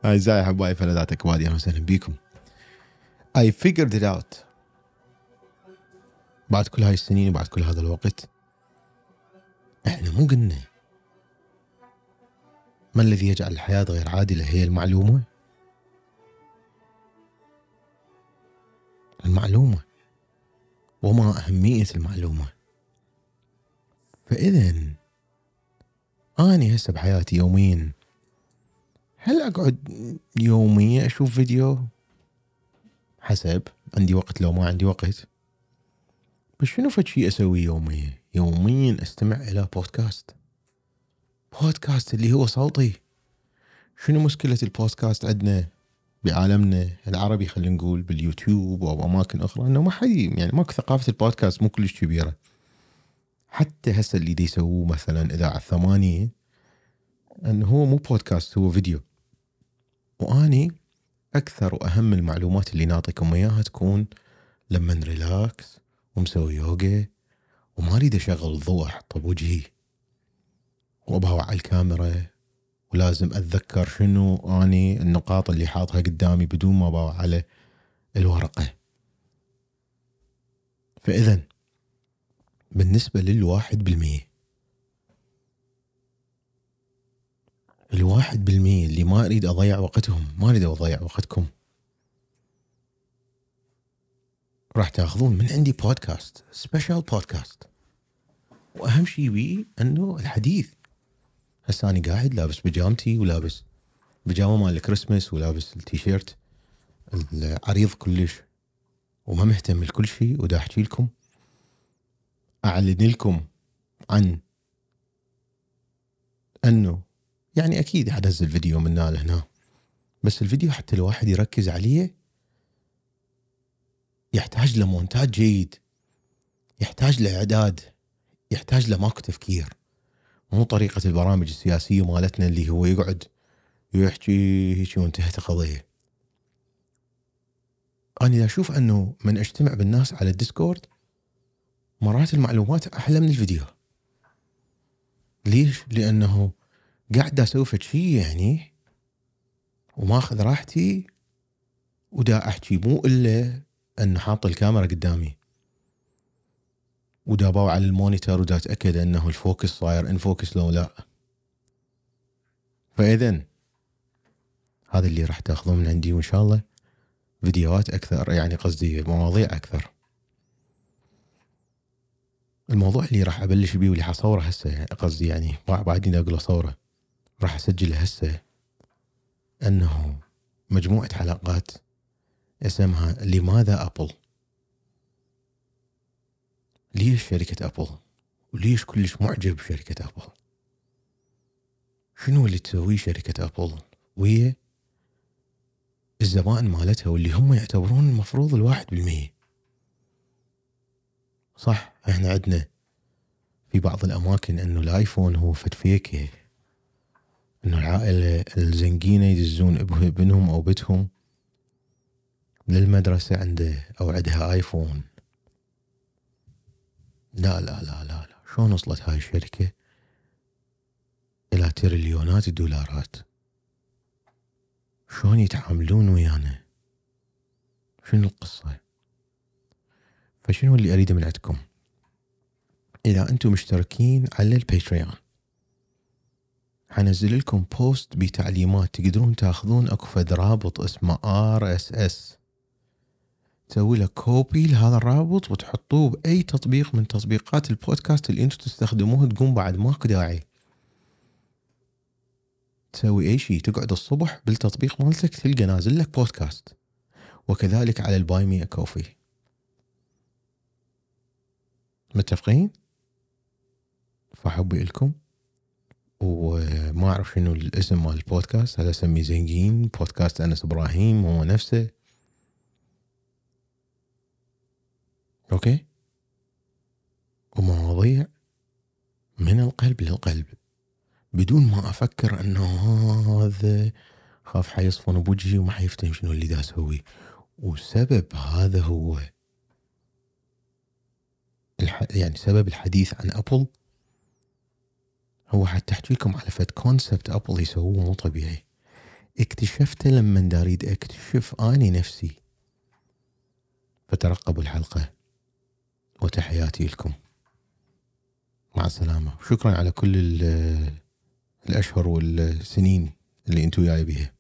أعزائي أحبائي فلذات أكوادي، أهلا وسهلا بكم. I figured it out. بعد كل هاي السنين وبعد كل هذا الوقت احنا مو قلنا ما الذي يجعل الحياة غير عادلة؟ هي المعلومة. المعلومة وما أهمية المعلومة. فإذن أنا هسه بحياتي يوميا هل أقعد يوميا أشوف فيديو؟ حسب عندي وقت لو ما عندي وقت. بس شنو فد شيء أسوي يوميا؟ يوميا أستمع إلى بودكاست اللي هو صوتي. شنو مشكلة البودكاست عندنا بعالمنا العربي؟ خلينا نقول باليوتيوب أو أماكن أخرى إنه ما حد يعني ماكو ثقافة البودكاست، مو كلش كبيرة. حتى هسه اللي دي يسووه مثلا إذاعة 8 إنه هو مو بودكاست، هو فيديو. وأني أكثر وأهم المعلومات اللي نعطيكم إياها تكون لما ريلاكس ومسوي يوغا وما أريد أشغل الضوء أحطه بوجهي وأبهوى على الكاميرا، ولازم أتذكر شنو أني النقاط اللي حاطها قدامي بدون ما أبهوى على الورقة. فإذن بالنسبة لل1% 1% اللي ما أريد أضيع وقتهم، ما أريد أضيع وقتكم، راح تأخذون من عندي بودكاست، سبيشال بودكاست. وأهم شيء بيه أنه الحديث. هسه أنا قاعد لابس بيجامتي ولابس بيجامة مال الكريسماس ولابس التيشيرت العريض كلش وما مهتم لكل شيء، ودا أحكي لكم أعلن لكم عن أنه يعني أكيد حنزل فيديو من هنا لهنا، بس الفيديو حتى الواحد يركز عليه يحتاج لمونتاج جيد، يحتاج لإعداد، يحتاج لماكو تفكير. مو طريقة البرامج السياسية مالتنا اللي هو يقعد يحكي هيك وانتهت القضية. أنا أشوف أنه من أجتمع بالناس على الديسكورد مرات المعلومات أحلى من الفيديو. ليش؟ لأنه قاعد أسوي شيء يعني وما أخذ راحتي ودا أحكي، مو إلا أنه حاط الكاميرا قدامي ودا باو على المونيتور ودا أتأكد أنه الفوكس صاير إن فوكس لو لا. فإذن هذا اللي راح تأخذوه من عندي، وإن شاء الله فيديوهات أكثر، يعني قصدي مواضيع أكثر. الموضوع اللي راح أبلش بيه واللي حصوره هسه، قصدي يعني بعدين أقول صوره، راح أسجله هسه، أنه مجموعة حلقات اسمها لماذا أبل؟ ليش شركة أبل؟ وليش كلش معجب بشركة أبل؟ شنو اللي تسويه شركة أبل وهي الزبائن مالتها واللي هم يعتبرون المفروض 1%؟ صح احنا عندنا في بعض الأماكن أنه الآيفون هو فيكة، أنه العائلة الزنقينة يدزون ابنهم أو بنتهم للمدرسة عنده أو عندها آيفون. لا لا لا لا لا، شلون وصلت هاي الشركة إلى تريليونات الدولارات؟ شلون يتعاملون ويانا؟ شنو القصة؟ فشنو اللي أريده من عندكم؟ إذا أنتم مشتركين على الباتريون حنزل لكم بوست بتعليمات تقدرون تاخذون اكو فد رابط اسمه RSS، تسوي له كوبي لهذا الرابط وتحطوه بأي تطبيق من تطبيقات البودكاست اللي انتم تستخدموه، تقوم بعد ماكو داعي تسوي أي شيء، تقعد الصبح بالتطبيق مالتك تلقى نازل لك بودكاست. وكذلك على الباي مي كوفي. متفقين؟ فحبي لكم. وما أعرف شنو الاسم مال البودكاست، هل أسميه زنقين بودكاست أنس إبراهيم هو نفسه؟ أوكي. ومواضيع من القلب للقلب بدون ما أفكر أنه هذا خاف حيصفن بوجهي وما حيفتهم شنو اللي دا أسوي. وسبب هذا هو يعني سبب الحديث عن أبل هو حتى أحكي لكم على فد كونسبت أبل يسووه مو طبيعي. اكتشفته لما داريد اكتشف اني نفسي. فترقبوا الحلقة، وتحياتي لكم. مع السلامة. شكرا على كل الأشهر والسنين اللي انتو جاي بيها.